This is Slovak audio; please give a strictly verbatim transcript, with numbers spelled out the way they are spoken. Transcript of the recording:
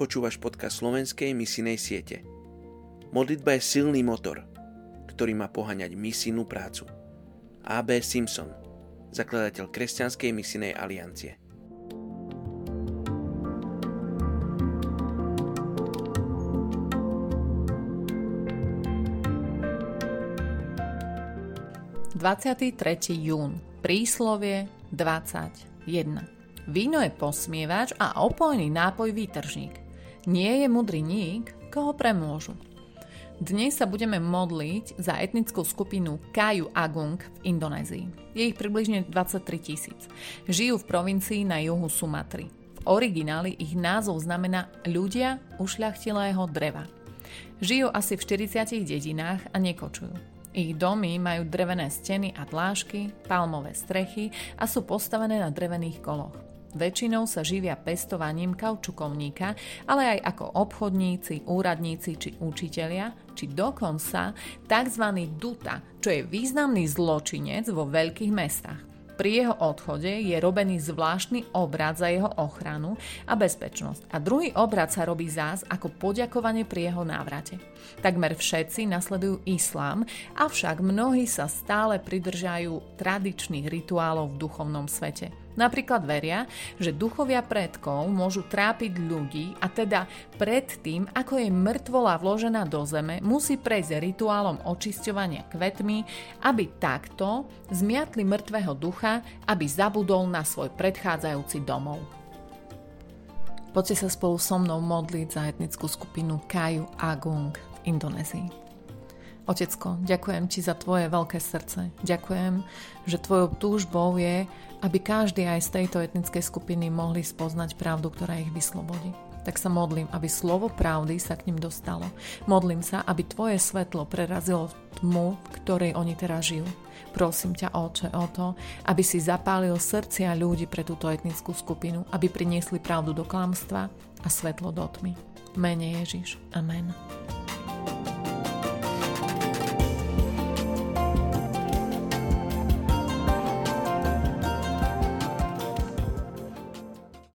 počúvaš podcast slovenskej misijnej siete. Modlitba je silný motor, ktorý má poháňať misijnú prácu. á bé Simpson, zakladateľ Kresťanskej misijnej aliancie. dvadsiateho tretieho júna. Príslovie dvadsaťjeden. Víno je posmievač a opojný nápoj výtržník. Nie je mudrý nik, koho premôžu. Dnes sa budeme modliť za etnickú skupinu Kayu Agung v Indonézii. Je ich približne dvadsaťtri tisíc. Žijú v provincii na juhu Sumatry. V origináli ich názov znamená ľudia ušľachtilého dreva. Žijú asi v štyridsiatich dedinách a nekočujú. Ich domy majú drevené steny a dlážky, palmové strechy a sú postavené na drevených koloch. Väčšinou sa živia pestovaním kaučukovníka, ale aj ako obchodníci, úradníci či učitelia, či dokonca tzv. Duta, čo je významný zločinec vo veľkých mestách. Pri jeho odchode je robený zvláštny obrad za jeho ochranu a bezpečnosť a druhý obrad sa robí zás ako poďakovanie pri jeho návrate. Takmer všetci nasledujú islám, avšak mnohí sa stále pridržajú tradičných rituálov v duchovnom svete. Napríklad veria, že duchovia predkov môžu trápiť ľudí a teda pred tým, ako je mŕtvola vložená do zeme, musí prejsť rituálom očisťovania kvetmi, aby takto zmiatli mŕtvého ducha, aby zabudol na svoj predchádzajúci domov. Poďte sa spolu so mnou modliť za etnickú skupinu Kayu Agung v Indonézii. Otecko, ďakujem ti za tvoje veľké srdce. Ďakujem, že tvojou túžbou je, aby každý aj z tejto etnickej skupiny mohli spoznať pravdu, ktorá ich vyslobodí. Tak sa modlím, aby slovo pravdy sa k ním dostalo. Modlím sa, aby tvoje svetlo prerazilo tmu, v ktorej oni teraz žijú. Prosím ťa, Otče, o to, aby si zapálil srdcia ľudí pre túto etnickú skupinu, aby priniesli pravdu do klamstva a svetlo do tmy. Mene Ježiš. Amen.